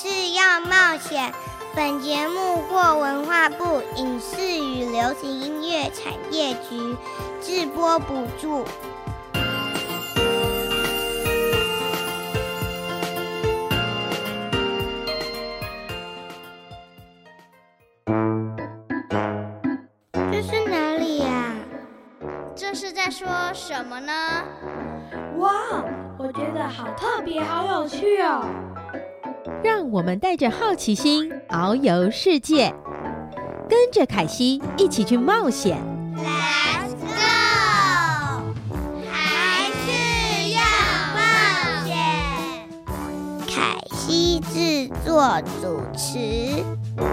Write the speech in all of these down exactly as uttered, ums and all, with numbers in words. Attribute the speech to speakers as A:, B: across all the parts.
A: 是要冒险。本节目获文化部影视与流行音乐产业局制播补助。这是哪里呀？
B: 这是在说什么呢？
C: 哇，我觉得好特别，好有趣哦！
D: 让我们带着好奇心遨游世界，跟着凯西一起去冒险。
A: Let's go！ 还是要冒险。凯西制作主持。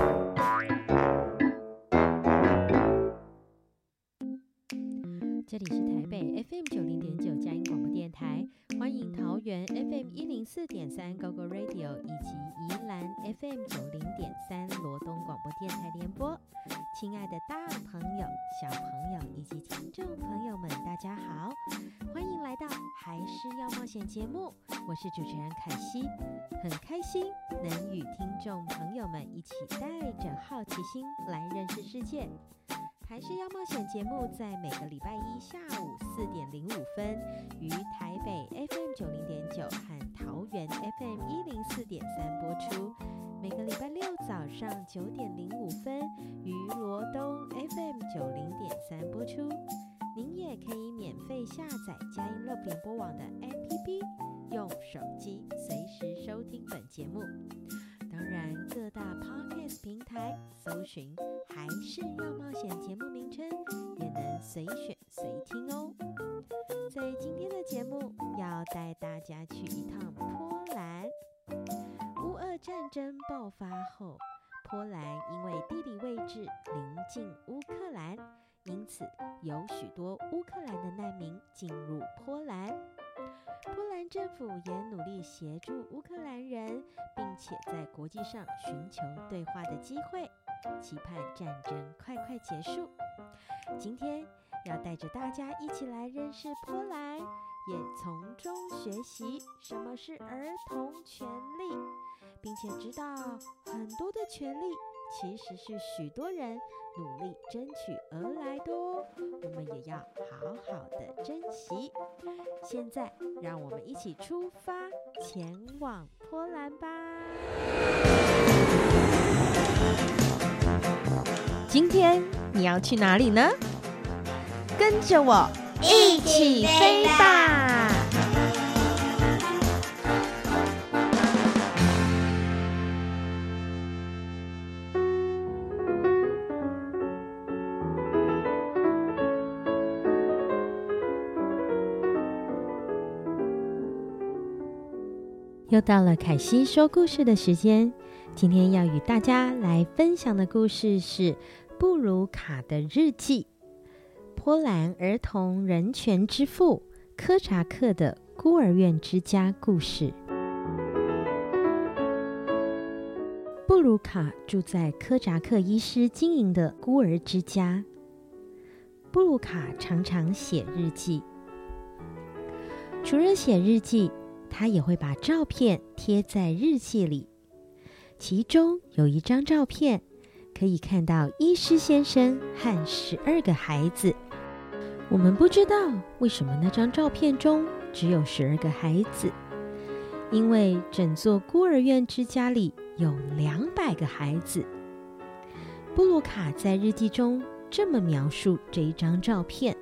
D: 这里是台北 F M 九零点九佳音广播电台，欢迎桃园 F M 一零四点三 Go Go Radio 以及宜兰 F M 九零点三罗东广播电台联播。亲爱的大朋友、小朋友以及听众朋友们，大家好，欢迎来到还是要冒险节目，我是主持人凯西，很开心能与听众朋友们一起带着好奇心来认识世界。还是要冒险节目在每个礼拜一下午四点零五分于台北 F M 九零点九和桃园 F M 一零四点三播出，每个礼拜六早上九点零五分于罗东 F M 九零点三播出。您也可以免费下载佳音乐联播网的 A P P， 用手机随时收听本节目。当然，各大 Podcast 平台搜寻还是要冒险节目名称，也能随选随听哦。在今天的节目，要带大家去一趟波兰。乌俄战争爆发后，波兰因为地理位置临近乌克兰，因此有许多乌克兰的难民进入波兰。波兰政府也努力协助乌克兰人，并且在国际上寻求对话的机会，期盼战争快快结束。今天要带着大家一起来认识波兰，也从中学习什么是儿童权利，并且知道很多的权利其实是许多人努力争取而来的哦，我们也要好好的珍惜。现在让我们一起出发，前往波兰吧。今天你要去哪里呢？跟着我一起飞吧！又到了凯西说故事的时间，今天要与大家来分享的故事是布鲁卡的日记，波兰儿童人权之父科扎克的孤儿院之家故事。布鲁卡住在科扎克医师经营的孤儿之家。布鲁卡常常写日记，除了写日记，他也会把照片贴在日记里，其中有一张照片可以看到医师先生和十二个孩子。我们不知道为什么那张照片中只有十二个孩子，因为整座孤儿院之家里有两百个孩子。布鲁卡在日记中这么描述这一张照片：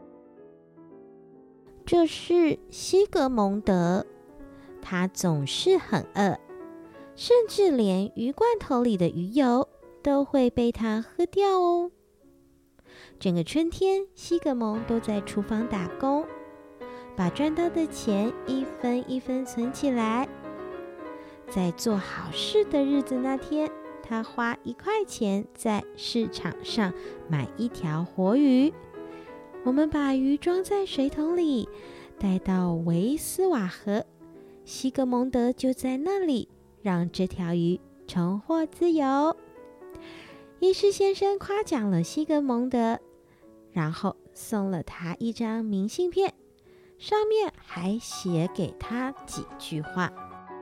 D: 这是西格蒙德，他总是很饿，甚至连鱼罐头里的鱼油都会被他喝掉哦。整个春天，西格蒙都在厨房打工，把赚到的钱一分一分存起来。在做好事的日子那天，他花一块钱在市场上买一条活鱼。我们把鱼装在水桶里，带到维斯瓦河，西格蒙德就在那里让这条鱼重获自由。医师先生夸奖了西格蒙德，然后送了他一张明信片，上面还写给他几句话。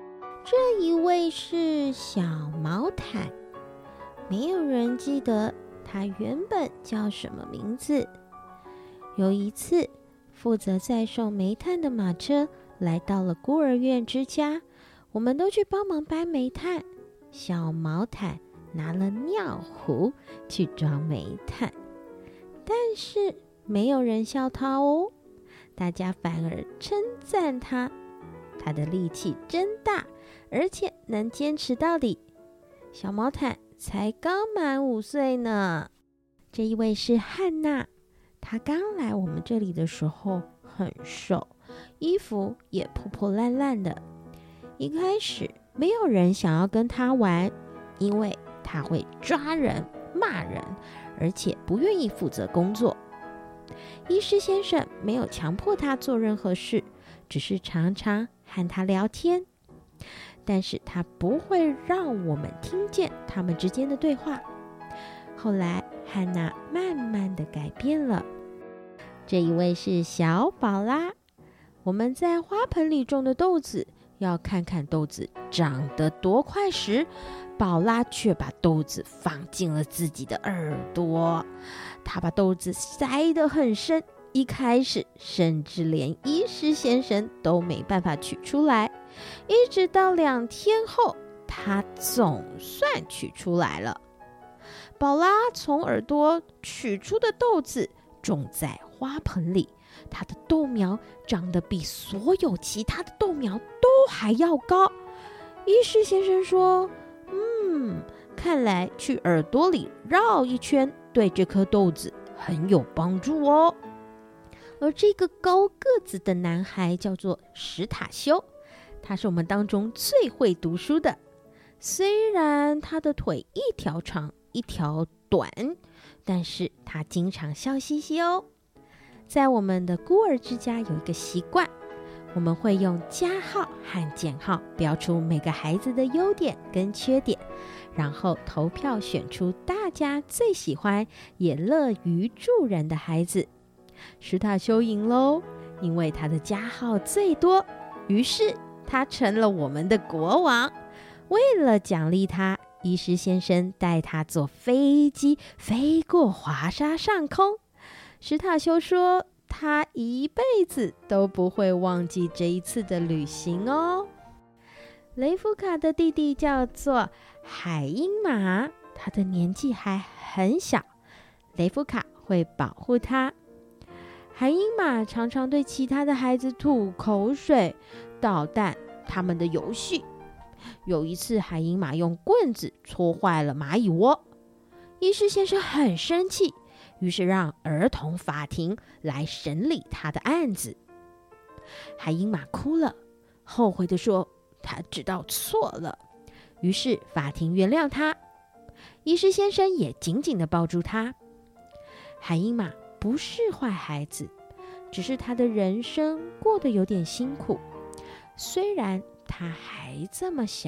D: 这一位是小毛毯，没有人记得他原本叫什么名字。有一次，负责载送煤炭的马车来到了孤儿院之家，我们都去帮忙搬煤炭。小毛毯拿了尿壶去装煤炭，但是没有人笑他哦，大家反而称赞他，他的力气真大，而且能坚持到底。小毛毯才刚满五岁呢。这一位是汉娜，她刚来我们这里的时候很瘦，衣服也破破烂烂的。一开始没有人想要跟她玩，因为她会抓人、骂人，而且不愿意负责工作。医师先生没有强迫她做任何事，只是常常和她聊天，但是他不会让我们听见他们之间的对话。后来汉娜慢慢的改变了。这一位是小宝拉，我们在花盆里种的豆子，要看看豆子长得多快时，宝拉却把豆子放进了自己的耳朵。他把豆子塞得很深，一开始甚至连医师先生都没办法取出来，一直到两天后，他总算取出来了。宝拉从耳朵取出的豆子种在花盆里，它的豆苗长得比所有其他的豆苗都还要高。医师先生说，嗯，看来去耳朵里绕一圈对这颗豆子很有帮助哦。而这个高个子的男孩叫做史塔修，他是我们当中最会读书的。虽然他的腿一条长一条短，但是他经常笑嘻嘻哦。在我们的孤儿之家有一个习惯，我们会用加号和减号标出每个孩子的优点跟缺点，然后投票选出大家最喜欢也乐于助人的孩子。史塔修赢喽，因为他的加号最多，于是他成了我们的国王。为了奖励他，医师先生带他坐飞机飞过华沙上空。史塔修说，他一辈子都不会忘记这一次的旅行哦。雷夫卡的弟弟叫做海因马，他的年纪还很小，雷夫卡会保护他。海因马常常对其他的孩子吐口水，捣蛋他们的游戏。有一次，海因马用棍子戳坏了蚂蚁窝，医师先生很生气，于是让儿童法庭来审理他的案子。海因马哭了，后悔地说他知道错了，于是法庭原谅他。医师先生也紧紧地抱住他。海因马不是坏孩子，只是他的人生过得有点辛苦，虽然他还这么小。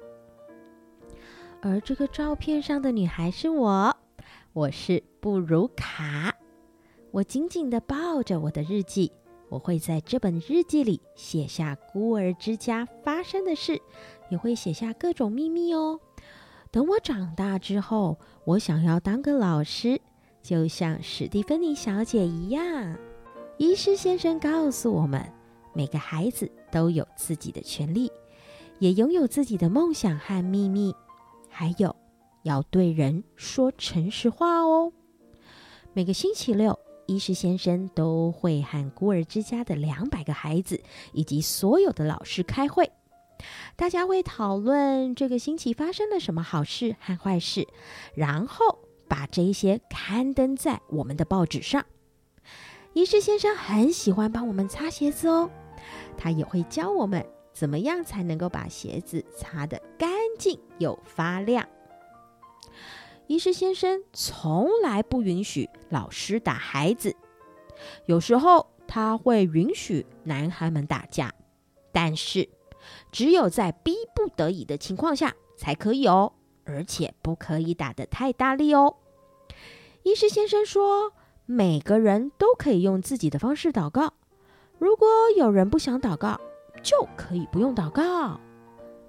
D: 而这个照片上的女孩是我，我是布鲁卡。我紧紧地抱着我的日记，我会在这本日记里写下孤儿之家发生的事，也会写下各种秘密哦。等我长大之后，我想要当个老师，就像史蒂芬妮小姐一样。医师先生告诉我们，每个孩子都有自己的权利，也拥有自己的梦想和秘密，还有要对人说诚实话哦。每个星期六，医师先生都会和孤儿之家的两百个孩子以及所有的老师开会，大家会讨论这个星期发生了什么好事和坏事，然后把这一些刊登在我们的报纸上。医师先生很喜欢帮我们擦鞋子哦，他也会教我们怎么样才能够把鞋子擦得干净又发亮。医师先生从来不允许老师打孩子，有时候他会允许男孩们打架，但是只有在逼不得已的情况下才可以哦，而且不可以打得太大力哦。医师先生说，每个人都可以用自己的方式祷告，如果有人不想祷告，就可以不用祷告。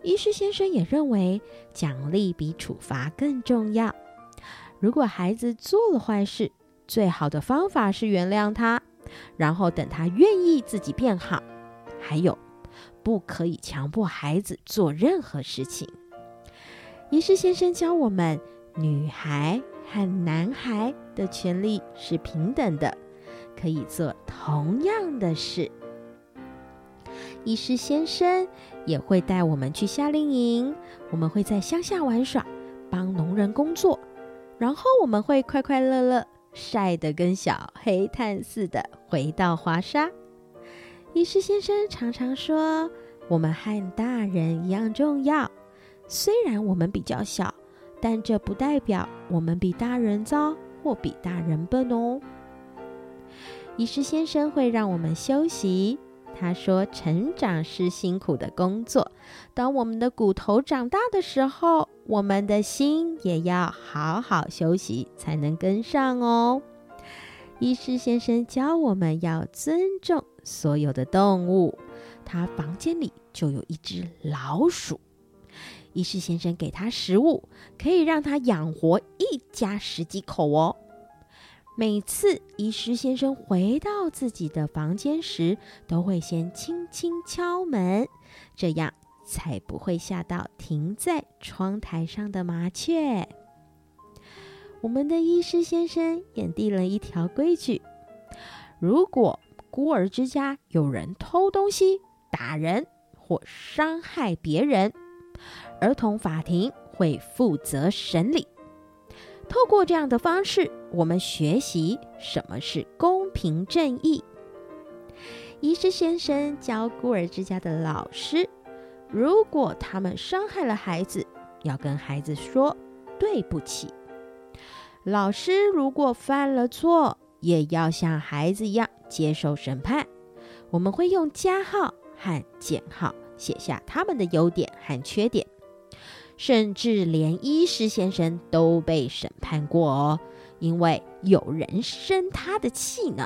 D: 医师先生也认为奖励比处罚更重要。如果孩子做了坏事，最好的方法是原谅他，然后等他愿意自己变好。还有，不可以强迫孩子做任何事情。医师先生教我们，女孩和男孩的权利是平等的，可以做同样的事。医师先生也会带我们去夏令营，我们会在乡下玩耍，帮农人工作，然后我们会快快乐乐，晒得跟小黑炭似的回到华沙。医师先生常常说，我们和大人一样重要，虽然我们比较小，但这不代表我们比大人糟或比大人笨哦。医师先生会让我们休息，他说成长是辛苦的工作，当我们的骨头长大的时候，我们的心也要好好休息才能跟上哦。医师先生教我们要尊重所有的动物，他房间里就有一只老鼠，医师先生给他食物，可以让他养活一家十几口哦。每次医师先生回到自己的房间时，都会先轻轻敲门，这样才不会吓到停在窗台上的麻雀。我们的医师先生也定了一条规矩，如果孤儿之家有人偷东西、打人或伤害别人，儿童法庭会负责审理。透过这样的方式，我们学习什么是公平正义。医师先生教孤儿之家的老师，如果他们伤害了孩子，要跟孩子说对不起。老师如果犯了错，也要像孩子一样接受审判。我们会用加号和减号写下他们的优点和缺点，甚至连医师先生都被审判过哦，因为有人生他的气呢。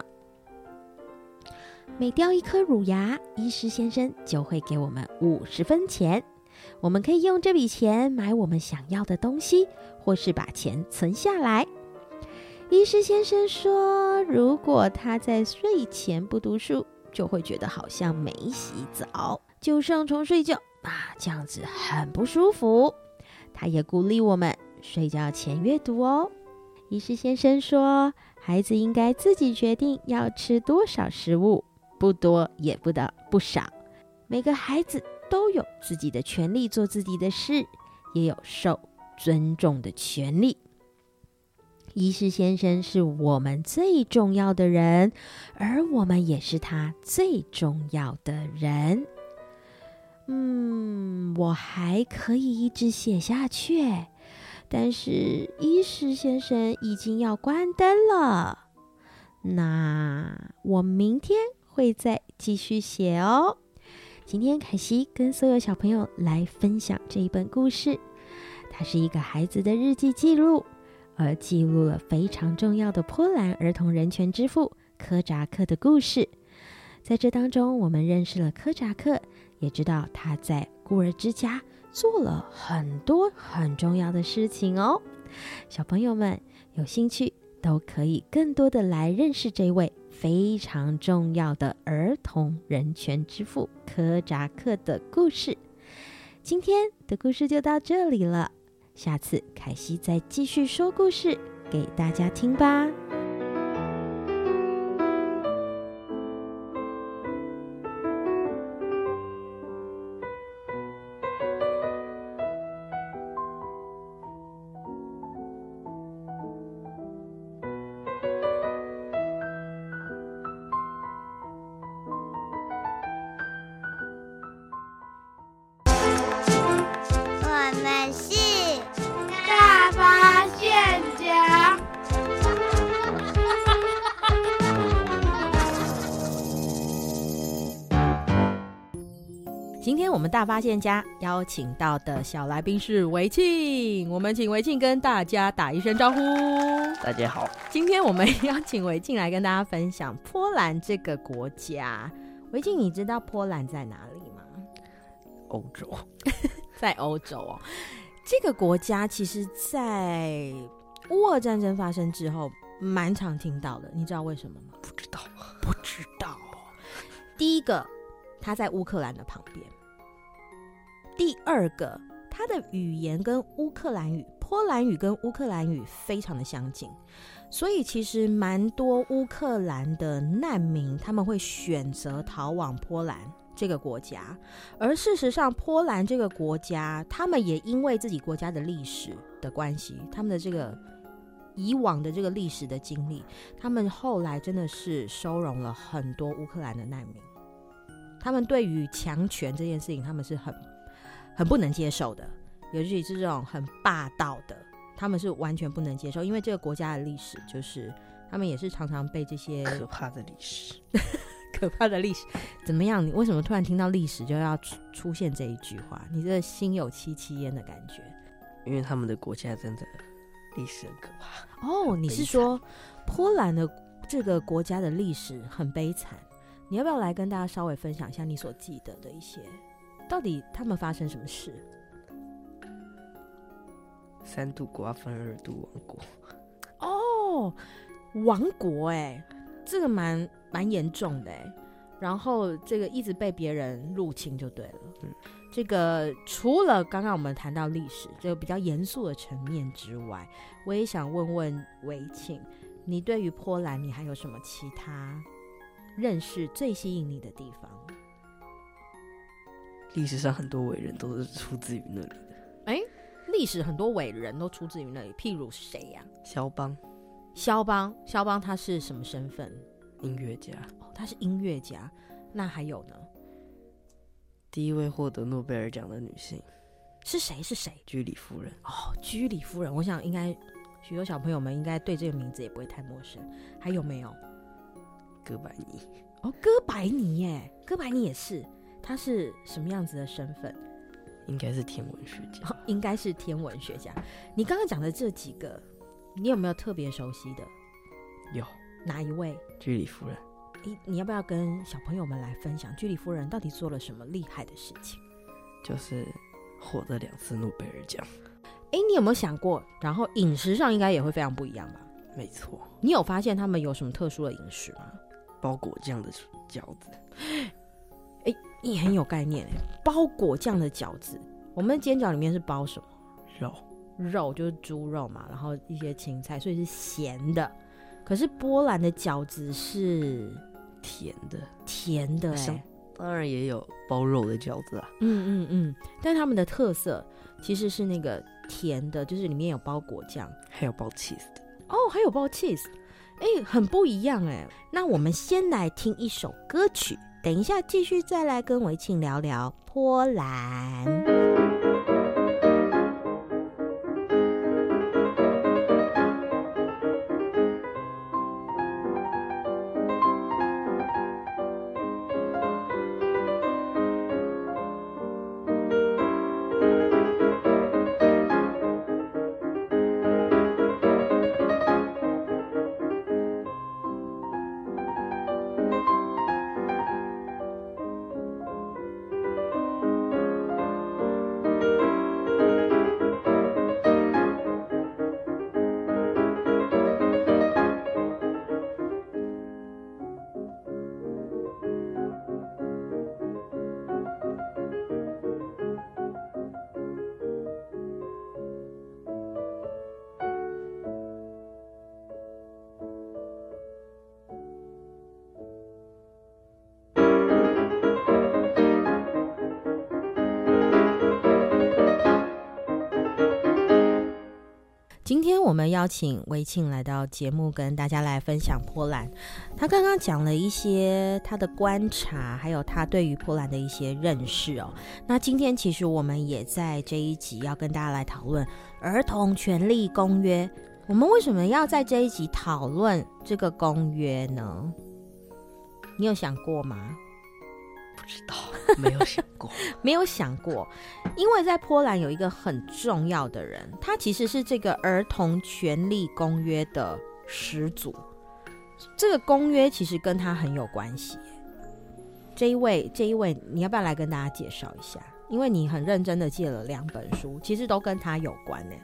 D: 每掉一颗乳牙，医师先生就会给我们五十分钱，我们可以用这笔钱买我们想要的东西，或是把钱存下来。医师先生说，如果他在睡前不读书，就会觉得好像没洗澡就上床睡觉啊，这样子很不舒服。他也鼓励我们睡觉前阅读哦。医师先生说，孩子应该自己决定要吃多少食物，不多也不的不少。每个孩子都有自己的权利做自己的事，也有受尊重的权利。医师先生是我们最重要的人，而我们也是他最重要的人。嗯，我还可以一直写下去，但是医师先生已经要关灯了，那我明天会再继续写哦。今天凯西跟所有小朋友来分享这一本故事，它是一个孩子的日记记录，而记录了非常重要的波兰儿童人权之父科扎克的故事。在这当中，我们认识了科扎克，也知道他在孤儿之家做了很多很重要的事情哦。小朋友们有兴趣都可以更多的来认识这位非常重要的儿童人权之父科扎克的故事。今天的故事就到这里了，下次凯西再继续说故事给大家听吧。
A: 我们是
C: 大发现家。
D: 今天我们大发现家邀请到的小来宾是维庆，我们请维庆跟大家打一声招呼。
E: 大家好，
D: 今天我们邀请维庆来跟大家分享波兰这个国家。维庆，你知道波兰在哪里吗？
E: 欧洲
D: 在欧洲哦。这个国家其实在乌俄战争发生之后蛮常听到的，你知道为什么吗？
E: 不知道，
D: 不知道。第一个，它在乌克兰的旁边；第二个，它的语言跟乌克兰语、波兰语跟乌克兰语非常的相近，所以其实蛮多乌克兰的难民他们会选择逃往波兰这个国家，而事实上波兰这个国家他们也因为自己国家的历史的关系，他们的这个以往的这个历史的经历，他们后来真的是收容了很多乌克兰的难民，他们对于强权这件事情他们是很很不能接受的，尤其是这种很霸道的他们是完全不能接受，因为这个国家的历史就是他们也是常常被这些
E: 可怕的历史
D: 可怕的历史怎么样？你为什么突然听到历史就要出现这一句话？你这心有戚戚焉的感觉？
E: 因为他们的国家真的历史很可怕。
D: 哦，你是说波兰的这个国家的历史很悲惨？你要不要来跟大家稍微分享一下你所记得的一些，到底他们发生什么事？
E: 三度瓜分二度亡国。
D: 哦，亡国哎、欸，这个蛮蛮严重的哎、欸。然后这个一直被别人入侵就对了。嗯，这个除了刚刚我们谈到历史这个比较严肃的层面之外，我也想问问维庆，你对于波兰你还有什么其他认识最吸引你的地方？
E: 历史上很多伟人都是出自于那里的。
D: 哎，历史很多伟人都出自于那里，譬如谁呀、啊？
E: 肖邦。
D: 肖邦，肖邦他是什么身份？
E: 音乐家。
D: 哦，他是音乐家。那还有呢？
E: 第一位获得诺贝尔奖的女性
D: 是谁？是谁？
E: 居里夫人。
D: 哦，居里夫人，我想应该许多小朋友们应该对这个名字也不会太陌生。还有没有？
E: 哥白尼。
D: 哦，哥白尼耶，哥白尼也是。他是什么样子的身份？
E: 应该是天文学家、
D: 哦、应该是天文学家。你刚刚讲的这几个你有没有特别熟悉的？
E: 有。
D: 哪一位？
E: 居里夫人。
D: 你要不要跟小朋友们来分享居里夫人到底做了什么厉害的事情？
E: 就是获得两次诺贝尔奖。
D: 哎，你有没有想过，然后饮食上应该也会非常不一样吧？
E: 没错。
D: 你有发现他们有什么特殊的饮食吗？
E: 包果酱的饺子。
D: 哎，你很有概念哎，包果酱的饺子。我们的煎饺里面是包什么？
E: 肉。
D: 肉就是猪肉嘛，然后一些芹菜，所以是咸的。可是波兰的饺子是
E: 甜的。
D: 甜的哎，
E: 当然也有包肉的饺子啊。
D: 嗯嗯嗯，但他们的特色其实是那个甜的，就是里面有包果酱，
E: 还有包 cheese 的。
D: 哦，还有包 cheese， 哎，很不一样哎。那我们先来听一首歌曲，等一下继续再来跟维庆聊聊波兰。今天我们邀请维庆来到节目，跟大家来分享波兰。他刚刚讲了一些他的观察，还有他对于波兰的一些认识哦。那今天其实我们也在这一集要跟大家来讨论儿童权利公约。我们为什么要在这一集讨论这个公约呢？你有想过吗？
E: 不知道，没有想过。
D: 没有想过，因为在波兰有一个很重要的人，他其实是这个儿童权利公约的始祖。这个公约其实跟他很有关系。这一位，这一位，你要不要来跟大家介绍一下？ 因为你很认真的借了两本书，其实都跟他有关呢。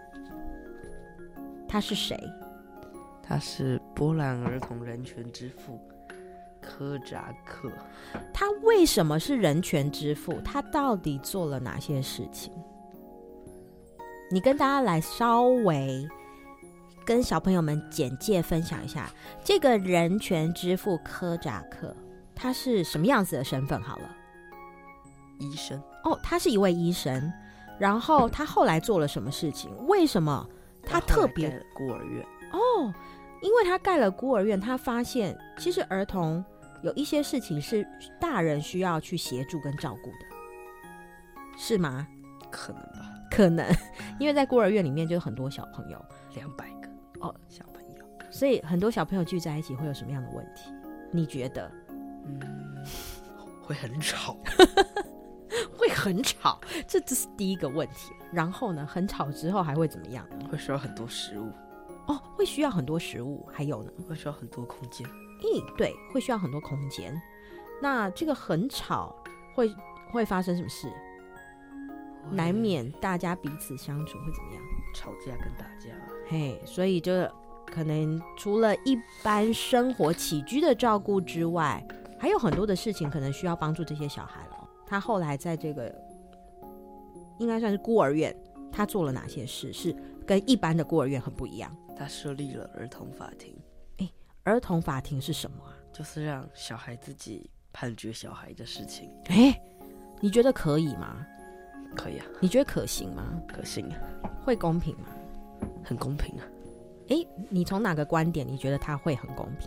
D: 他是谁？
E: 他是波兰儿童人权之父科扎克。
D: 他为什么是人权之父？他到底做了哪些事情？你跟大家来稍微跟小朋友们简介分享一下这个人权之父科扎克，他是什么样子的身份？好了，
E: 医生。
D: 哦，他是一位医生，然后他后来做了什么事情？为什么他特别
E: 盖了孤儿院？
D: 哦，因为他盖了孤儿院，他发现其实儿童有一些事情是大人需要去协助跟照顾的，是吗？
E: 可能吧，
D: 可能，因为在孤儿院里面就有很多小朋友，
E: 两百个
D: 哦
E: 小朋友，
D: 所以很多小朋友聚在一起会有什么样的问题？你觉得？
E: 嗯，会很吵，
D: 会很吵，这只是第一个问题。然后呢，很吵之后还会怎么样？
E: 会需要很多食物。
D: 哦，会需要很多食物，还有呢，
E: 会需要很多空间。
D: 嗯，对，会需要很多空间。那这个很吵会会发生什么事？难免大家彼此相处会怎么样？
E: 吵架跟打架。
D: 嘿，所以就可能除了一般生活起居的照顾之外，还有很多的事情可能需要帮助这些小孩了。他后来在这个应该算是孤儿院，他做了哪些事是跟一般的孤儿院很不一样？
E: 他设立了儿童法庭。
D: 欸，儿童法庭是什么啊？
E: 就是让小孩自己判决小孩的事情。
D: 欸，你觉得可以吗？
E: 可以啊。
D: 你觉得可行吗？
E: 可行啊。
D: 会公平吗？
E: 很公平啊。
D: 欸，你从哪个观点你觉得他会很公平？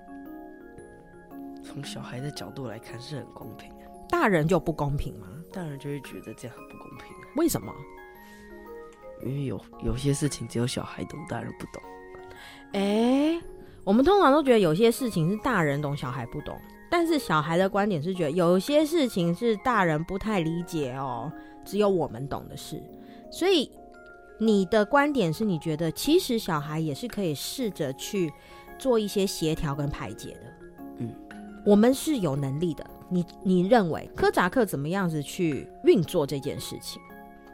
E: 从小孩的角度来看是很公平啊。
D: 大人就不公平吗？
E: 大人就会觉得这样很不公平啊。
D: 为什么？
E: 因为有有些事情只有小孩懂，大人不懂。
D: 哎，我们通常都觉得有些事情是大人懂，小孩不懂。但是小孩的观点是觉得有些事情是大人不太理解哦，只有我们懂的事。所以你的观点是你觉得其实小孩也是可以试着去做一些协调跟排解的。
E: 嗯，
D: 我们是有能力的。你你认为科扎克怎么样子去运作这件事情？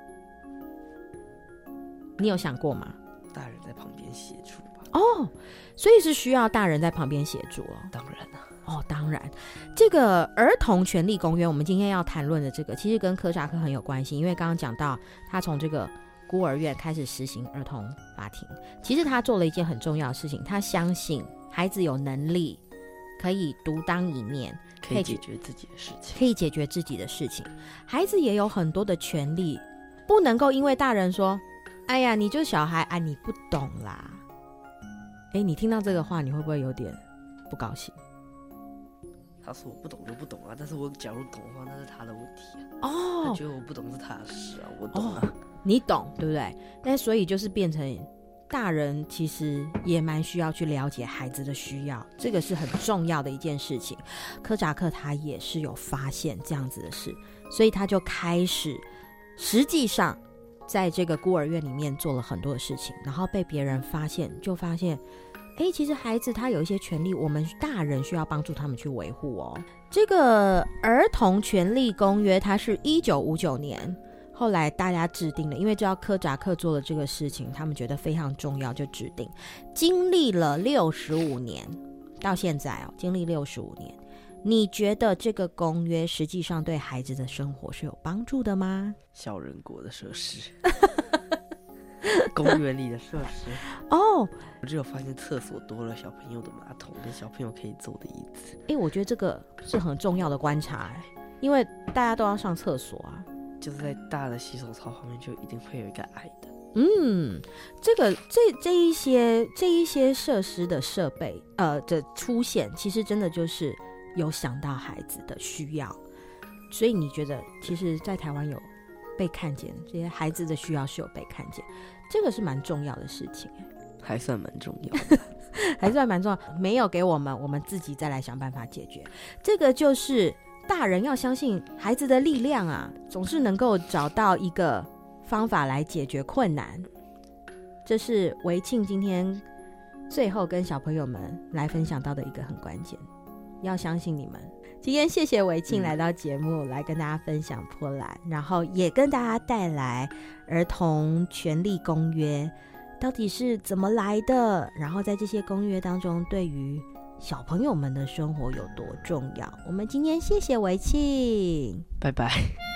D: 你有想过吗？
E: 大人在旁边协助吧。
D: 哦，所以是需要大人在旁边协助哦。
E: 当然了、啊。
D: 哦，当然，这个儿童权利公约，我们今天要谈论的这个，其实跟科扎克很有关系，因为刚刚讲到他从这个孤儿院开始实行儿童法庭，其实他做了一件很重要的事情，他相信孩子有能力可以独当一面，
E: 可以解决自己的事情，
D: 可以解决自己的事情。孩子也有很多的权利，不能够因为大人说哎呀你就是小孩啊，你不懂啦。哎，你听到这个话你会不会有点不高兴？
E: 他说我不懂就不懂啊，但是我假如懂的话那是他的问题啊。
D: 哦，
E: 他觉得我不懂是他的事啊，我懂啊、
D: 哦、你懂对不对？那所以就是变成大人其实也蛮需要去了解孩子的需要，这个是很重要的一件事情。科扎克他也是有发现这样子的事，所以他就开始实际上在这个孤儿院里面做了很多的事情，然后被别人发现，就发现哎，其实孩子他有一些权利，我们大人需要帮助他们去维护哦。这个儿童权利公约它是一九五九年后来大家制定的，因为知道科扎克做了这个事情，他们觉得非常重要，就制定。经历了六十五年到现在哦，经历六十五年，你觉得这个公约实际上对孩子的生活是有帮助的吗？
E: 小人国的设施公园里的设施
D: 哦，
E: 我只有发现厕所多了小朋友的马桶跟小朋友可以坐的椅子。
D: 哎，我觉得这个是很重要的观察，因为大家都要上厕所啊，
E: 就是在大的洗手槽旁边就一定会有一个矮的。
D: 嗯，这个这这一些这一些设施的设备呃的出现，其实真的就是有想到孩子的需要，所以你觉得其实在台湾有被看见，这些孩子的需要是有被看见，这个是蛮重要的事情，
E: 还算蛮重要的
D: 还算蛮重要，没有给我们，我们自己再来想办法解决。这个就是大人要相信孩子的力量啊，总是能够找到一个方法来解决困难。这是维庆今天最后跟小朋友们来分享到的一个很关键。 要相信你们。今天谢谢维庆来到节目、嗯、来跟大家分享波兰，然后也跟大家带来儿童权利公约到底是怎么来的，然后在这些公约当中对于小朋友们的生活有多重要。我们今天谢谢维庆，
E: 拜拜。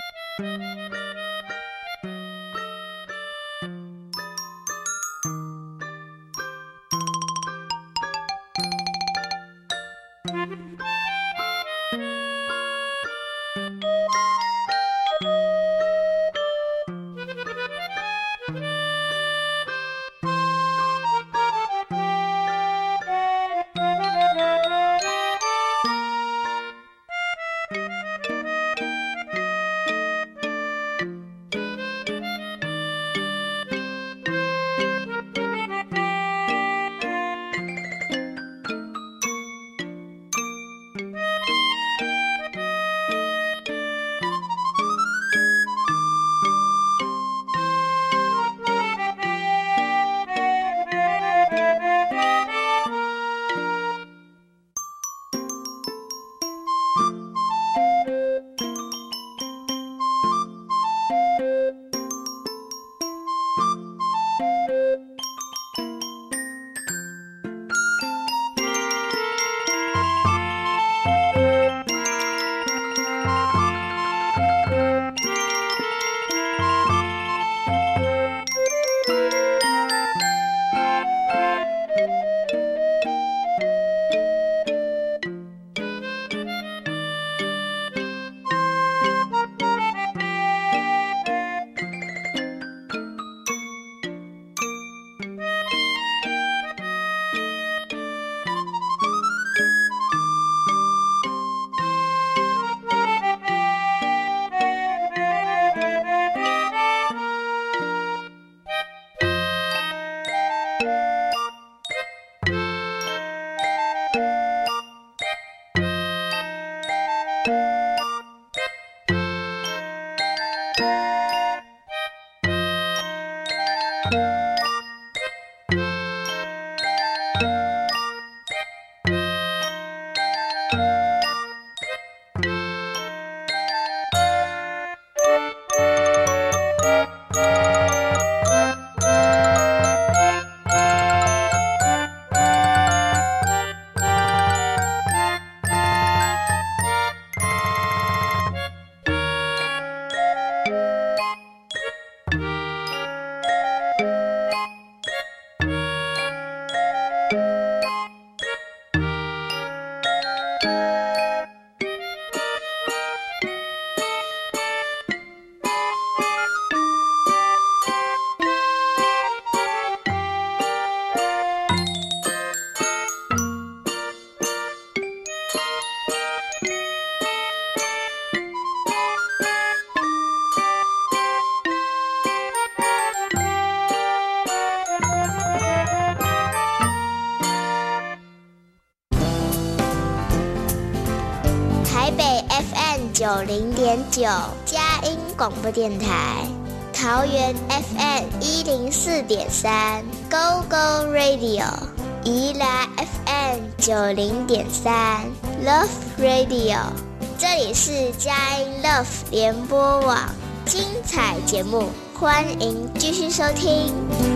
A: 九零点九佳音广播电台，桃园 F M 一零四点三 Go Go Radio， 宜兰 F M 九零点三 Love Radio， 这里是佳音 Love 联播网，精彩节目，欢迎继续收听。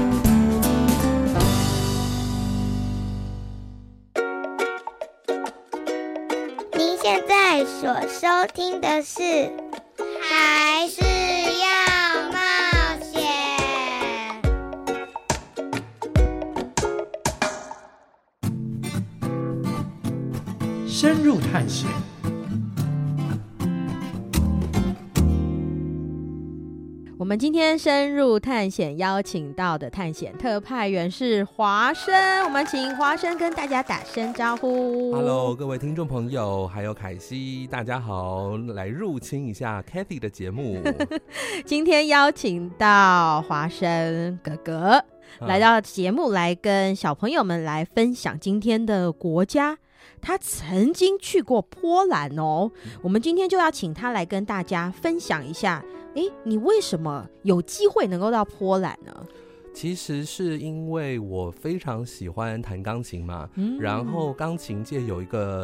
A: 现在所收听的是还是要冒险，
F: 深入探险。
D: 我们今天深入探险邀请到的探险特派员是华生，我们请华生跟大家打声招呼。
G: Hello， 各位听众朋友还有凯西，大家好，来入侵一下 Cathy 的节目。
D: 今天邀请到华生哥哥来到节目，来跟小朋友们来分享今天的国家。他曾经去过波兰哦，我们今天就要请他来跟大家分享一下，诶，你为什么有机会能够到波兰呢？
G: 其实是因为我非常喜欢弹钢琴嘛、嗯、然后钢琴界有一个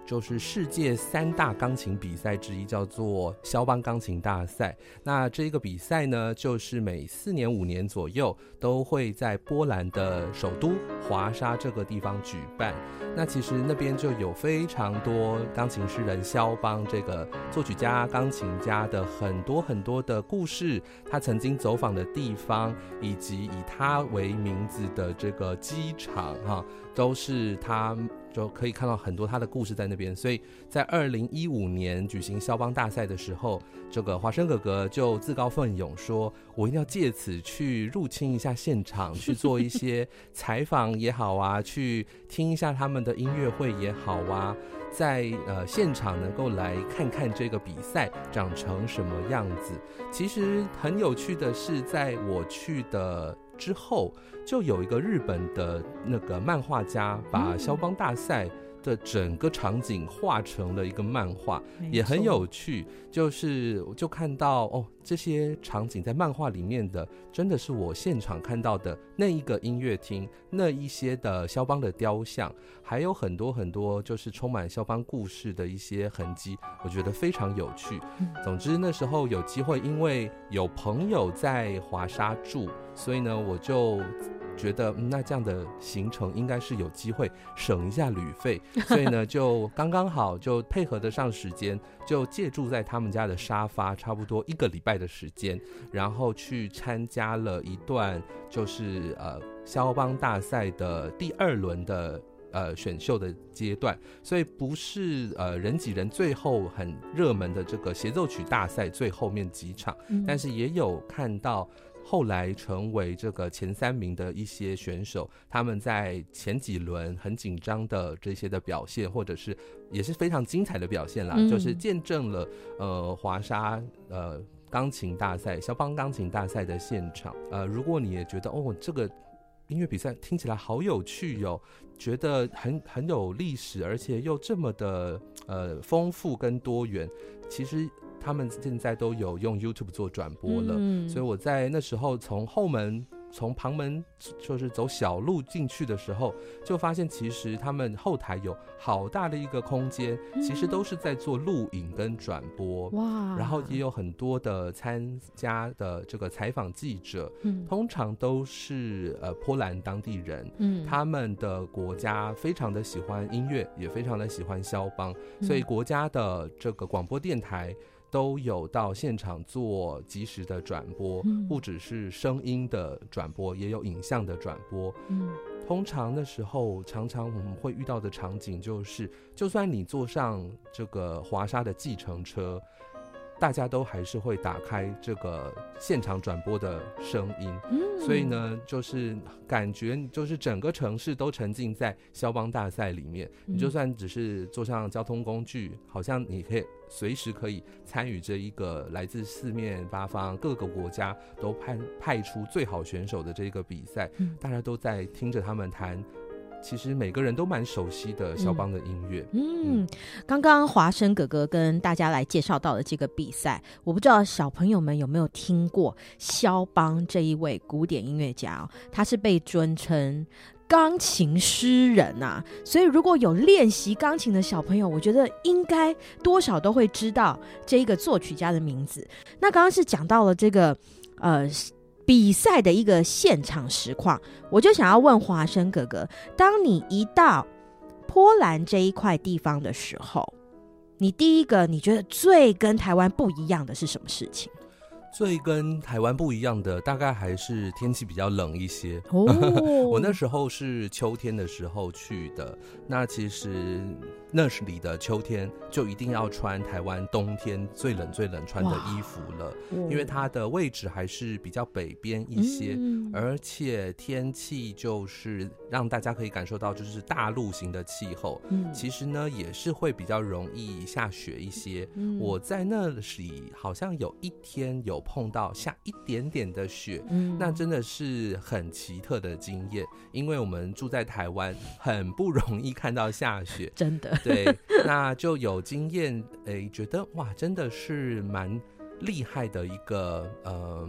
G: 就是世界三大钢琴比赛之一，叫做肖邦钢琴大赛。那这个比赛呢，就是每四年五年左右都会在波兰的首都华沙这个地方举办。那其实那边就有非常多钢琴诗人肖邦这个作曲家、钢琴家的很多很多的故事，他曾经走访的地方，以及以他为名字的这个机场哈，都是他就可以看到很多他的故事在那边。所以在二零一五年举行肖邦大赛的时候，这个华生哥哥就自告奋勇说，我一定要借此去入侵一下现场，去做一些采访也好啊，去听一下他们的音乐会也好啊，在呃现场能够来看看这个比赛长成什么样子。其实很有趣的是，在我去的之后，就有一个日本的那个漫画家把肖邦大赛的整个场景画成了一个漫画，也很有趣。就是我就看到哦，这些场景在漫画里面的，真的是我现场看到的那一个音乐厅，那一些的肖邦的雕像，还有很多很多就是充满肖邦故事的一些痕迹，我觉得非常有趣。总之那时候有机会，因为有朋友在华沙住，所以呢我就觉得、嗯、那这样的行程应该是有机会省一下旅费，所以呢就刚刚好就配合得上时间，就借住在他们家的沙发差不多一个礼拜的时间，然后去参加了一段就是呃肖邦大赛的第二轮的呃选秀的阶段。所以不是呃人挤人最后很热门的这个协奏曲大赛最后面几场、嗯、但是也有看到后来成为这个前三名的一些选手，他们在前几轮很紧张的这些的表现，或者是也是非常精彩的表现啦、嗯、就是见证了呃华沙呃钢琴大赛肖邦钢琴大赛的现场。呃如果你也觉得哦这个音乐比赛听起来好有趣哟、哦，觉得很很有历史，而且又这么的呃丰富跟多元，其实他们现在都有用 YouTube 做转播了、嗯、所以我在那时候从后门从旁门就是走小路进去的时候，就发现其实他们后台有好大的一个空间、嗯、其实都是在做录影跟转播。哇！然后也有很多的参加的这个采访记者、嗯、通常都是呃波兰当地人、嗯、他们的国家非常的喜欢音乐，也非常的喜欢肖邦、嗯、所以国家的这个广播电台都有到现场做即时的转播、嗯、不只是声音的转播，也有影像的转播、嗯、通常的时候常常我们会遇到的场景就是，就算你坐上这个华沙的计程车，大家都还是会打开这个现场转播的声音、嗯、所以呢就是感觉就是整个城市都沉浸在肖邦大赛里面、嗯、你就算只是坐上交通工具，好像你可以随时可以参与这一个来自四面八方各个国家都 派, 派出最好选手的这个比赛、嗯、大家都在听着他们弹其实每个人都蛮熟悉的肖邦的音乐。
D: 嗯，刚刚华生哥哥跟大家来介绍到的这个比赛，我不知道小朋友们有没有听过肖邦这一位古典音乐家、哦、他是被尊称钢琴诗人啊，所以如果有练习钢琴的小朋友，我觉得应该多少都会知道这一个作曲家的名字。那刚刚是讲到了这个呃比赛的一个现场实况，我就想要问华生哥哥，当你一到波兰这一块地方的时候，你第一个你觉得最跟台湾不一样的是什么事情？
G: 最跟台湾不一样的大概还是天气比较冷一些、哦、我那时候是秋天的时候去的，那其实那里的秋天就一定要穿台湾冬天最冷最冷穿的衣服了，因为它的位置还是比较北边一些、嗯、而且天气就是让大家可以感受到就是大陆型的气候、嗯、其实呢也是会比较容易下雪一些、嗯、我在那里好像有一天有碰到下一点点的雪、嗯、那真的是很奇特的经验，因为我们住在台湾很不容易看到下雪，
D: 真的
G: 对，那就有经验，诶，觉得哇，真的是蛮厉害的一个呃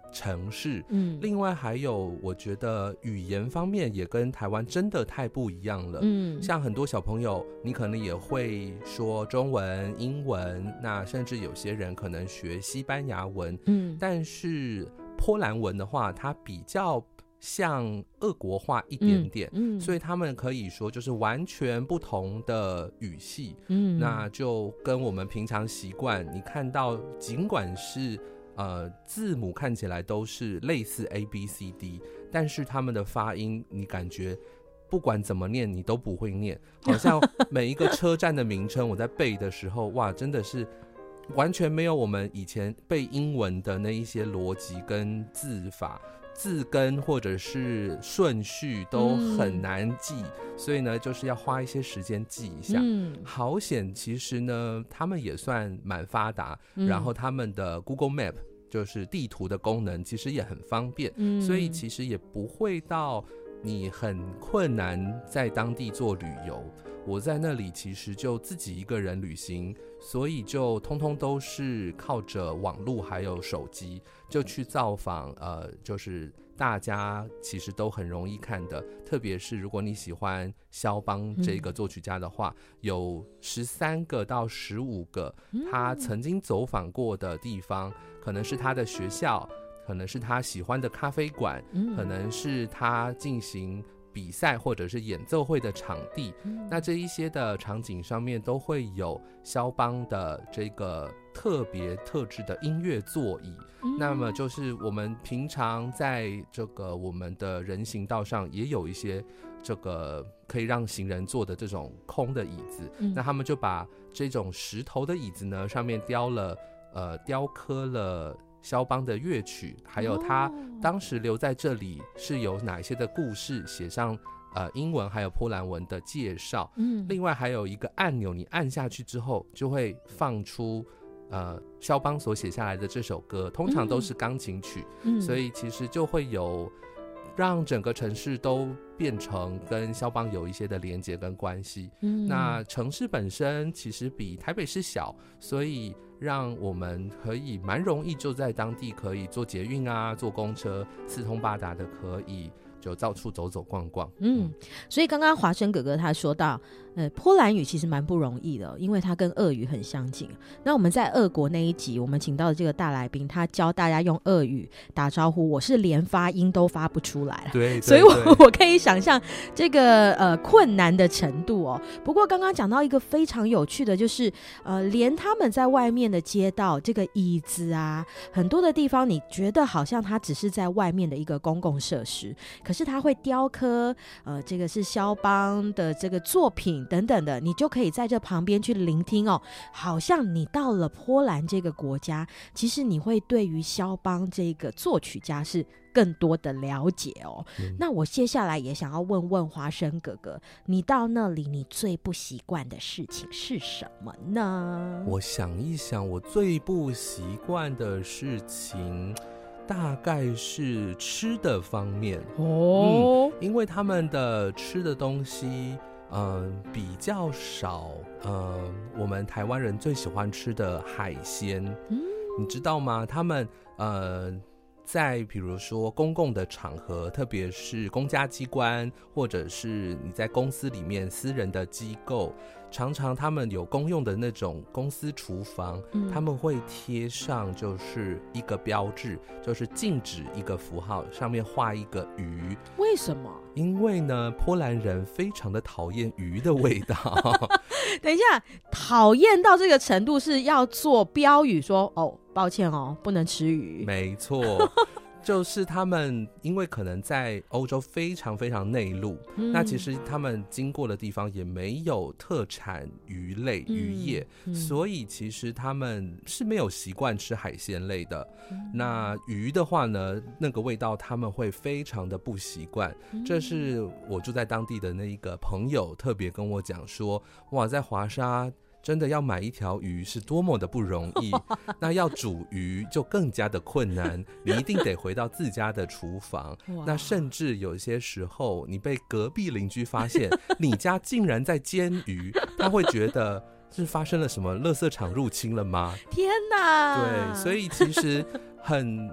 G: 城市。
D: 嗯，
G: 另外还有我觉得语言方面也跟台湾真的太不一样了。
D: 嗯，
G: 像很多小朋友你可能也会说中文、英文，那甚至有些人可能学西班牙文。嗯，但是波兰文的话它比较像俄国话一点点。嗯嗯，所以他们可以说就是完全不同的语系。嗯，那就跟我们平常习惯你看到尽管是呃，字母看起来都是类似 A B C D， 但是他们的发音你感觉不管怎么念你都不会念，好像每一个车站的名称我在背的时候哇真的是完全没有我们以前背英文的那一些逻辑跟字法，字根或者是顺序都很难记。嗯，所以呢就是要花一些时间记一下。嗯，好险其实呢他们也算蛮发达。嗯，然后他们的 Google Map 就是地图的功能其实也很方便。嗯，所以其实也不会到你很困难在当地做旅游。我在那里其实就自己一个人旅行，所以就通通都是靠着网络还有手机就去造访，呃，就是大家其实都很容易看的，特别是如果你喜欢肖邦这个作曲家的话，嗯，有十三个到十五个他曾经走访过的地方，可能是他的学校，可能是他喜欢的咖啡馆，嗯，可能是他进行比赛或者是演奏会的场地。嗯，那这一些的场景上面都会有肖邦的这个特别特制的音乐座椅。嗯，那么就是我们平常在这个我们的人行道上也有一些这个可以让行人坐的这种空的椅子。嗯，那他们就把这种石头的椅子呢上面雕了呃雕刻了肖邦的乐曲，还有他当时留在这里是有哪些的故事，写上呃英文还有波兰文的介绍。嗯，另外还有一个按钮，你按下去之后就会放出呃肖邦所写下来的这首歌，通常都是钢琴曲。嗯，所以其实就会有让整个城市都变成跟肖邦有一些的连结跟关系。嗯，那城市本身其实比台北市小，所以让我们可以蛮容易就在当地可以坐捷运啊，坐公车，四通八达的可以就到处走走逛逛。
D: 嗯，所以刚刚华生哥哥他说到呃，波兰语其实蛮不容易的，因为它跟俄语很相近。那我们在俄国那一集我们请到的这个大来宾，他教大家用俄语打招呼，我是连发音都发不出来了。
G: 对，对，
D: 所以我我可以想象这个呃困难的程度哦。不过刚刚讲到一个非常有趣的，就是呃连他们在外面的街道这个椅子啊，很多的地方你觉得好像它只是在外面的一个公共设施，可是它会雕刻呃这个是肖邦的这个作品等等的，你就可以在这旁边去聆听哦，好像你到了波兰这个国家，其实你会对于肖邦这个作曲家是更多的了解哦。嗯，那我接下来也想要问问华生哥哥，你到那里你最不习惯的事情是什么呢？
G: 我想一想，我最不习惯的事情大概是吃的方面哦。嗯，因为他们的吃的东西嗯，比较少，嗯，我们台湾人最喜欢吃的海鲜。嗯，你知道吗？他们呃，在比如说公共的场合，特别是公家机关，或者是你在公司里面私人的机构，常常他们有公用的那种公司厨房，嗯，他们会贴上就是一个标志，就是禁止一个符号，上面画一个鱼。
D: 为什么？
G: 因为呢，波兰人非常的讨厌鱼的味道。
D: 等一下，讨厌到这个程度是要做标语说哦，抱歉哦，不能吃鱼。
G: 没错。就是他们因为可能在欧洲非常非常内陆，嗯，那其实他们经过的地方也没有特产鱼类渔业，嗯嗯，所以其实他们是没有习惯吃海鲜类的，嗯，那鱼的话呢，那个味道他们会非常的不习惯，嗯，这是我住在当地的那一个朋友特别跟我讲说，哇，在华沙真的要买一条鱼是多么的不容易，那要煮鱼就更加的困难，你一定得回到自家的厨房，那甚至有些时候你被隔壁邻居发现你家竟然在煎鱼，他会觉得是发生了什么垃圾场入侵了吗？
D: 天哪！
G: 对，所以其实很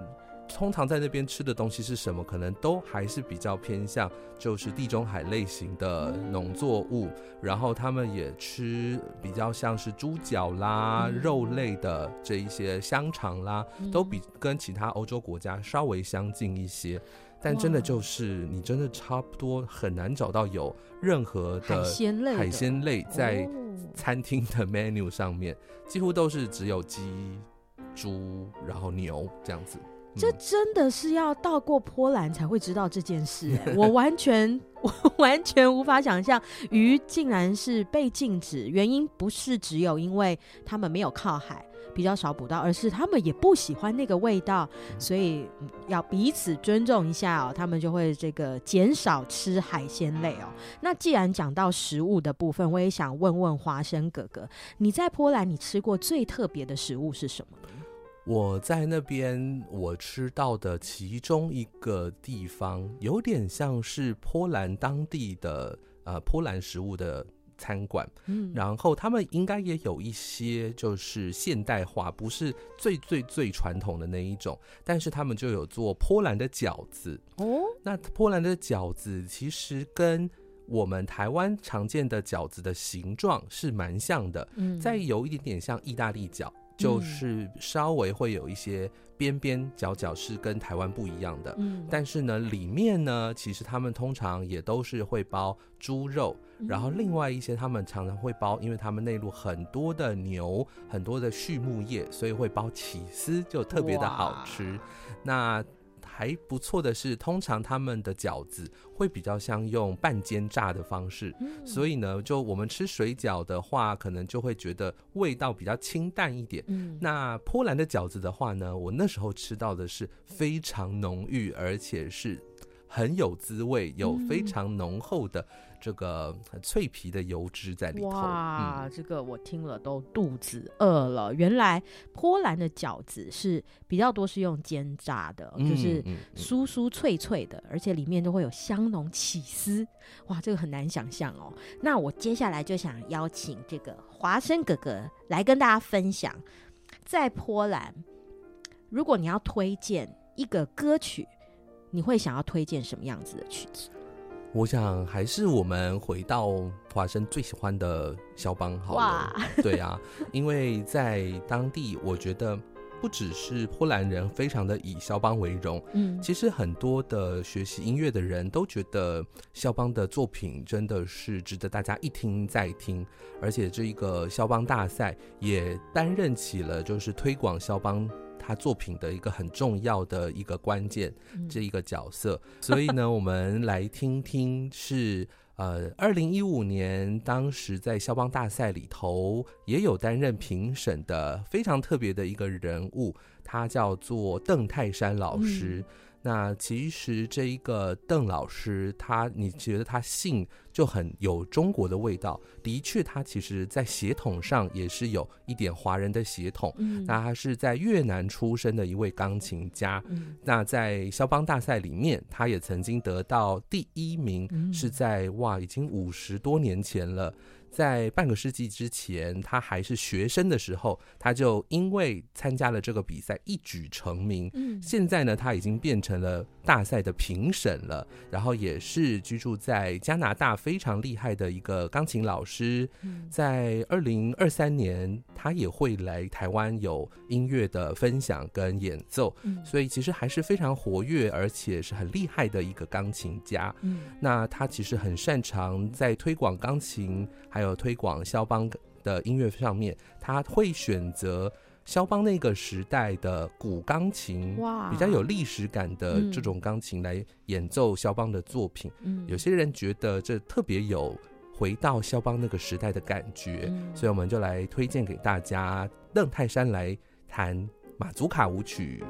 G: 通常在那边吃的东西是什么，可能都还是比较偏向就是地中海类型的农作物，然后他们也吃比较像是猪脚啦、嗯、肉类的这一些香肠啦、嗯、都比跟其他欧洲国家稍微相近一些，但真的就是你真的差不多很难找到有任何的
D: 海鲜类
G: 海鲜类在餐厅的 menu 上面，几乎都是只有鸡、猪然后牛这样子。
D: 这真的是要到过波兰才会知道这件事、欸、我完全我完全无法想象鱼竟然是被禁止，原因不是只有因为他们没有靠海比较少捕到，而是他们也不喜欢那个味道，所以要彼此尊重一下哦，他们就会这个减少吃海鲜类哦。那既然讲到食物的部分，我也想问问华生哥哥，你在波兰你吃过最特别的食物是什么呢？
G: 我在那边我吃到的其中一个地方有点像是波兰当地的呃波兰食物的餐馆、嗯、然后他们应该也有一些就是现代化，不是最最最传统的那一种，但是他们就有做波兰的饺子哦。那波兰的饺子其实跟我们台湾常见的饺子的形状是蛮像的、嗯、再有一点点像意大利饺，就是稍微会有一些边边角角是跟台湾不一样的、嗯、但是呢里面呢其实他们通常也都是会包猪肉、嗯、然后另外一些他们常常会包，因为他们内陆很多的牛很多的畜牧业，所以会包起司，就特别的好吃。那还不错的是，通常他们的饺子会比较像用半煎炸的方式、嗯、所以呢就我们吃水饺的话可能就会觉得味道比较清淡一点、嗯、那波兰的饺子的话呢，我那时候吃到的是非常浓郁，而且是很有滋味，有非常浓厚的这个脆皮的油脂在里头。
D: 哇、嗯、这个我听了都肚子饿了。原来波兰的饺子是比较多是用煎炸的、嗯、就是酥酥脆脆的、嗯、而且里面都会有香浓起司。哇，这个很难想象哦。那我接下来就想邀请这个华生哥哥来跟大家分享，在波兰如果你要推荐一个歌曲，你会想要推荐什么样子的曲子？
G: 我想还是我们回到华生最喜欢的肖邦好了。对啊，因为在当地我觉得不只是波兰人非常的以肖邦为荣、嗯、其实很多的学习音乐的人都觉得肖邦的作品真的是值得大家一听再听，而且这一个肖邦大赛也担任起了就是推广肖邦他作品的一个很重要的一个关键、嗯、这一个角色。所以呢我们来听听是呃，二零一五年当时在肖邦大赛里头也有担任评审的非常特别的一个人物，他叫做邓泰山老师、嗯、那其实这一个邓老师他你觉得他姓就很有中国的味道，的确他其实在血统上也是有一点华人的血统、嗯、那他是在越南出生的一位钢琴家、嗯、那在肖邦大赛里面他也曾经得到第一名、嗯、是在哇已经五十多年前了，在半个世纪之前他还是学生的时候，他就因为参加了这个比赛一举成名、嗯、现在呢他已经变成了大赛的评审了，然后也是居住在加拿大非常厉害的一个钢琴老师、嗯、在二零二三年他也会来台湾有音乐的分享跟演奏、嗯、所以其实还是非常活跃而且是很厉害的一个钢琴家、嗯、那他其实很擅长在推广钢琴还有推广肖邦的音乐上面，他会选择肖邦那个时代的古钢琴，比较有历史感的这种钢琴来演奏肖邦的作品、嗯、有些人觉得这特别有回到肖邦那个时代的感觉、嗯、所以我们就来推荐给大家邓泰山来弹马祖卡舞曲。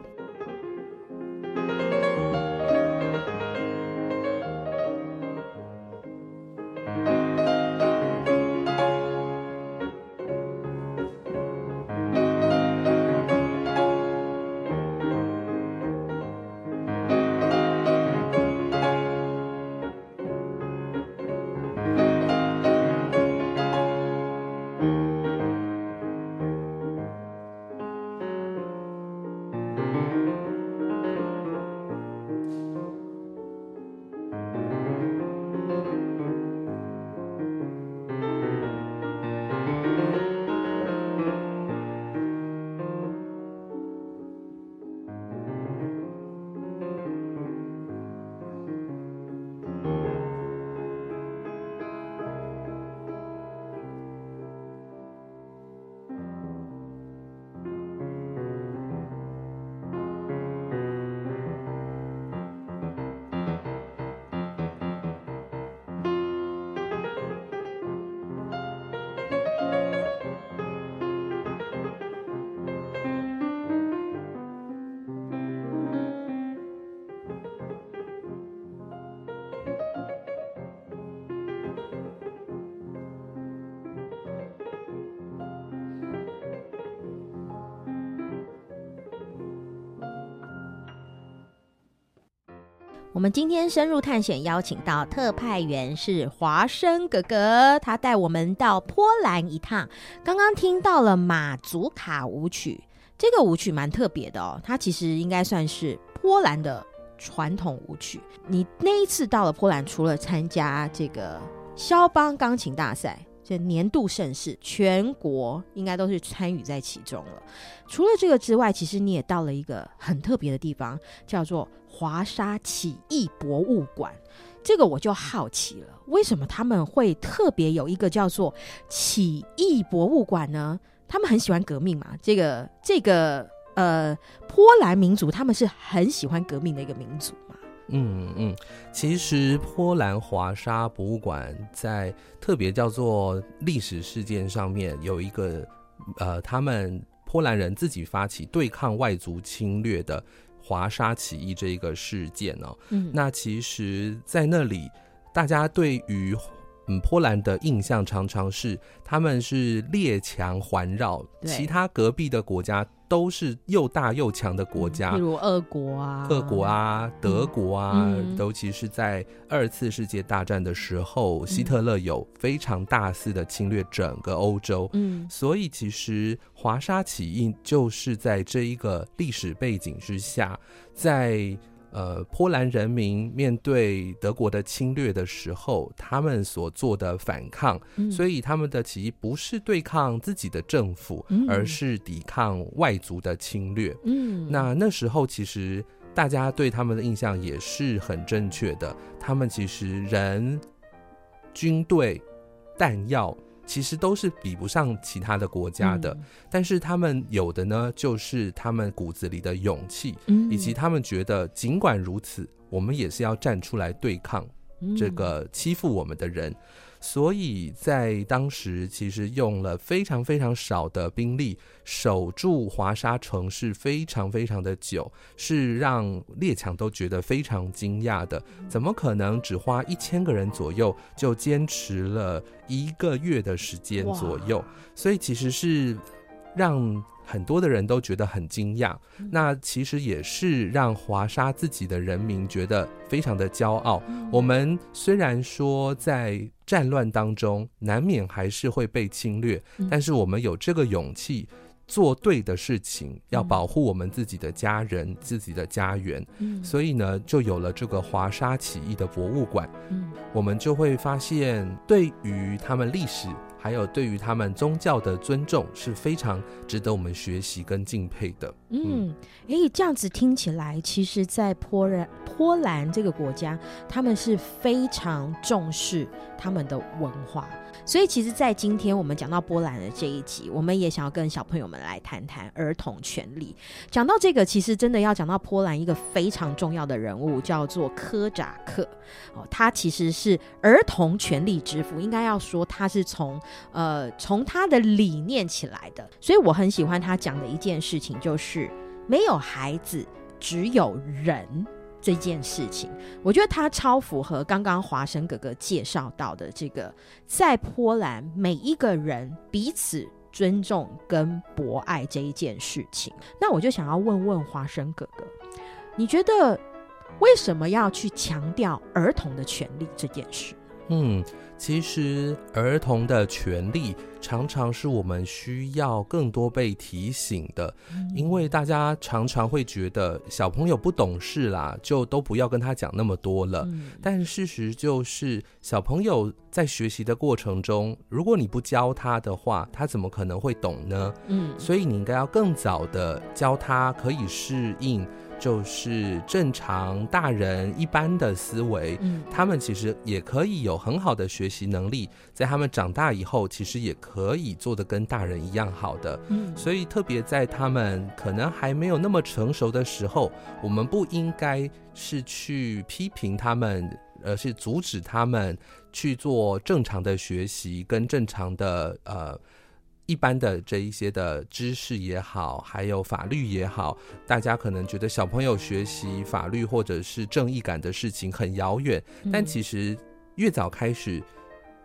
D: 我们今天深入探险，邀请到特派员是华生哥哥，他带我们到波兰一趟。刚刚听到了马祖卡舞曲，这个舞曲蛮特别的哦，它其实应该算是波兰的传统舞曲。你那一次到了波兰，除了参加这个肖邦钢琴大赛，这年度盛事，全国应该都是参与在其中了。除了这个之外，其实你也到了一个很特别的地方，叫做华沙起义博物馆。这个我就好奇了，为什么他们会特别有一个叫做起义博物馆呢？他们很喜欢革命嘛，这个这个呃，波兰民族他们是很喜欢革命的一个民族嘛。
G: 嗯嗯，其实波兰华沙博物馆在特别叫做历史事件上面有一个呃，他们波兰人自己发起对抗外族侵略的华沙起义这一个事件哦。嗯，那其实在那里大家对于嗯，波兰的印象常常是他们是列强环绕，其他隔壁的国家都是又大又强的国家，
D: 例如俄国啊、
G: 俄国啊、德国啊，
D: 嗯、
G: 尤其是在二次世界大战的时候，嗯、希特勒有非常大肆的侵略整个欧洲。嗯，所以其实华沙起义就是在这一个历史背景之下，在呃，波兰人民面对德国的侵略的时候，他们所做的反抗，嗯、所以他们的起义不是对抗自己的政府，嗯、而是抵抗外族的侵略。嗯，那那时候其实大家对他们的印象也是很正确的，他们其实人、军队、弹药其实都是比不上其他的国家的，嗯、但是他们有的呢，就是他们骨子里的勇气，嗯、以及他们觉得尽管如此，我们也是要站出来对抗这个欺负我们的人。嗯、所以在当时其实用了非常非常少的兵力守住华沙城市非常非常的久，是让列强都觉得非常惊讶的。怎么可能只花一千个人左右就坚持了一个月的时间左右？所以其实是让很多的人都觉得很惊讶，那其实也是让华沙自己的人民觉得非常的骄傲。我们虽然说在战乱当中难免还是会被侵略，但是我们有这个勇气做对的事情，要保护我们自己的家人、自己的家园。所以呢，就有了这个华沙起义的博物馆。我们就会发现，对于他们历史还有对于他们宗教的尊重是非常值得我们学习跟敬佩的。
D: 嗯，哎、嗯，这样子听起来，其实在波兰波兰这个国家，他们是非常重视他们的文化。所以其实在今天我们讲到波兰的这一集，我们也想要跟小朋友们来谈谈儿童权利。讲到这个，其实真的要讲到波兰一个非常重要的人物，叫做科扎克、哦、他其实是儿童权利之父，应该要说他是从呃从他的理念起来的。所以我很喜欢他讲的一件事情，就是没有孩子，只有人这件事情。我觉得他超符合刚刚华生哥哥介绍到的这个，在波兰每一个人彼此尊重跟博爱这一件事情。那我就想要问问华生哥哥，你觉得为什么要去强调儿童的权利这件事？
G: 嗯，其实儿童的权利常常是我们需要更多被提醒的、嗯、因为大家常常会觉得小朋友不懂事啦，就都不要跟他讲那么多了、嗯、但事实就是小朋友在学习的过程中，如果你不教他的话，他怎么可能会懂呢？嗯，所以你应该要更早的教他可以适应就是正常大人一般的思维、嗯、他们其实也可以有很好的学习能力，在他们长大以后其实也可以做得跟大人一样好的、嗯、所以特别在他们可能还没有那么成熟的时候，我们不应该是去批评他们，而是阻止他们去做正常的学习跟正常的呃一般的这一些的知识也好，还有法律也好，大家可能觉得小朋友学习法律或者是正义感的事情很遥远、嗯、但其实越早开始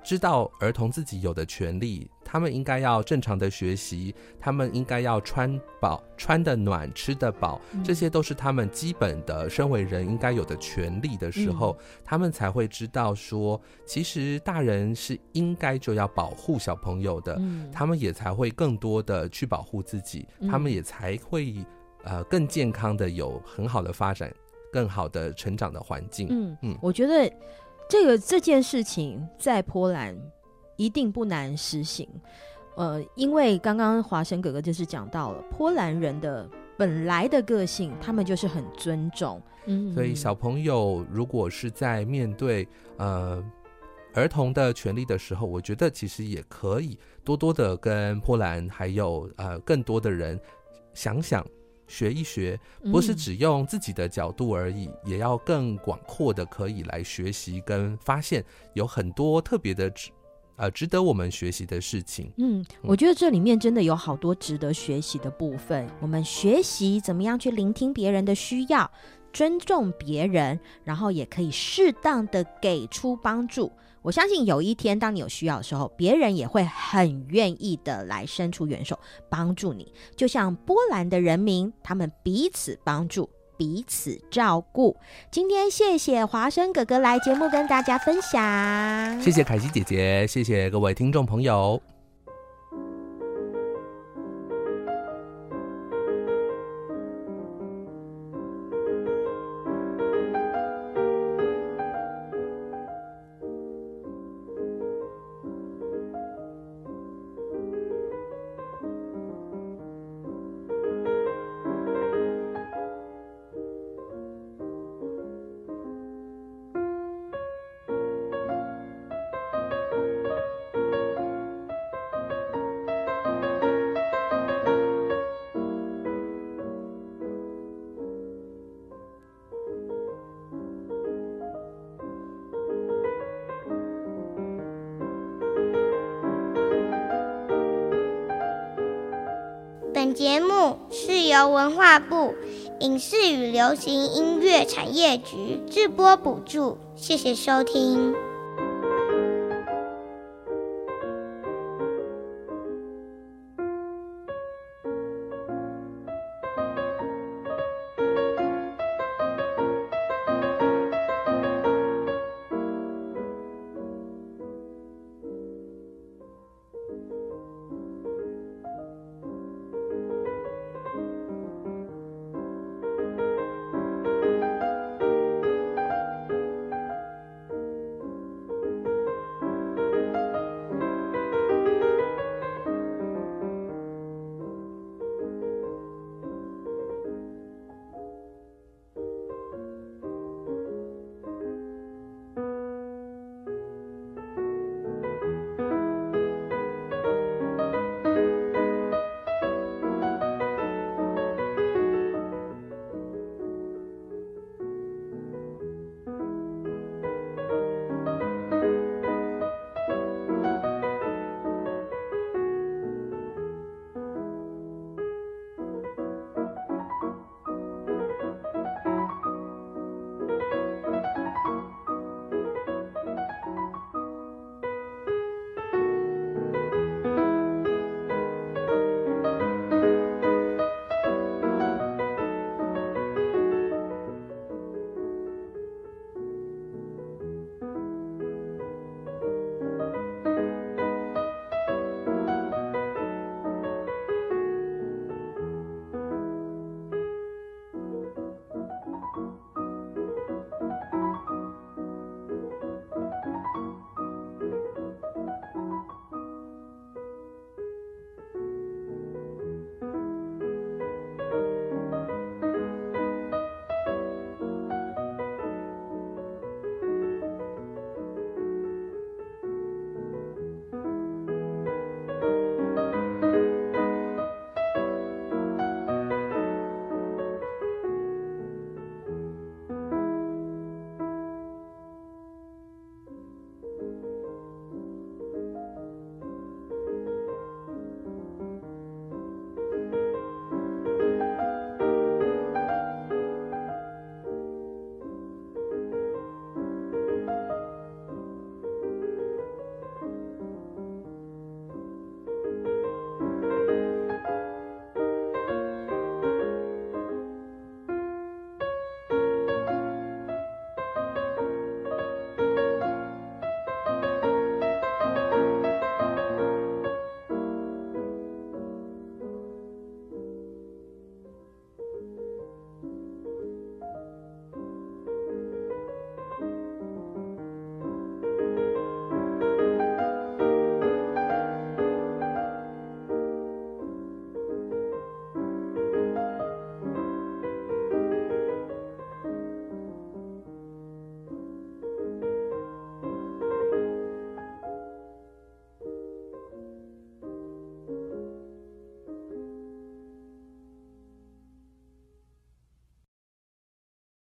G: 知道儿童自己有的权利，他们应该要正常的学习，他们应该要穿饱、穿得暖、吃得饱，这些都是他们基本的身为人应该有的权利的时候、嗯、他们才会知道说其实大人是应该就要保护小朋友的、嗯、他们也才会更多的去保护自己、嗯、他们也才会呃更健康的有很好的发展，更好的成长的环境。
F: 嗯嗯，我觉得这个这件事情在波兰一定不难实行，呃，因为刚刚华生哥哥就是讲到了波兰人的本来的个性，他们就是很尊重，嗯，
G: 所以小朋友如果是在面对呃儿童的权利的时候，我觉得其实也可以多多的跟波兰还有呃更多的人想想。学一学，不是只用自己的角度而已、嗯、也要更广阔的可以来学习跟发现有很多特别的呃值得我们学习的事情。
F: 嗯, 嗯我觉得这里面真的有好多值得学习的部分，我们学习怎么样去聆听别人的需要，尊重别人，然后也可以适当的给出帮助。我相信有一天当你有需要的时候，别人也会很愿意的来伸出援手帮助你，就像波兰的人民，他们彼此帮助，彼此照顾。今天谢谢华生哥哥来节目跟大家分享，
G: 谢谢凯西姐姐，谢谢各位听众朋友。
B: 本节目是由文化部影视与流行音乐产业局制播补助，谢谢收听。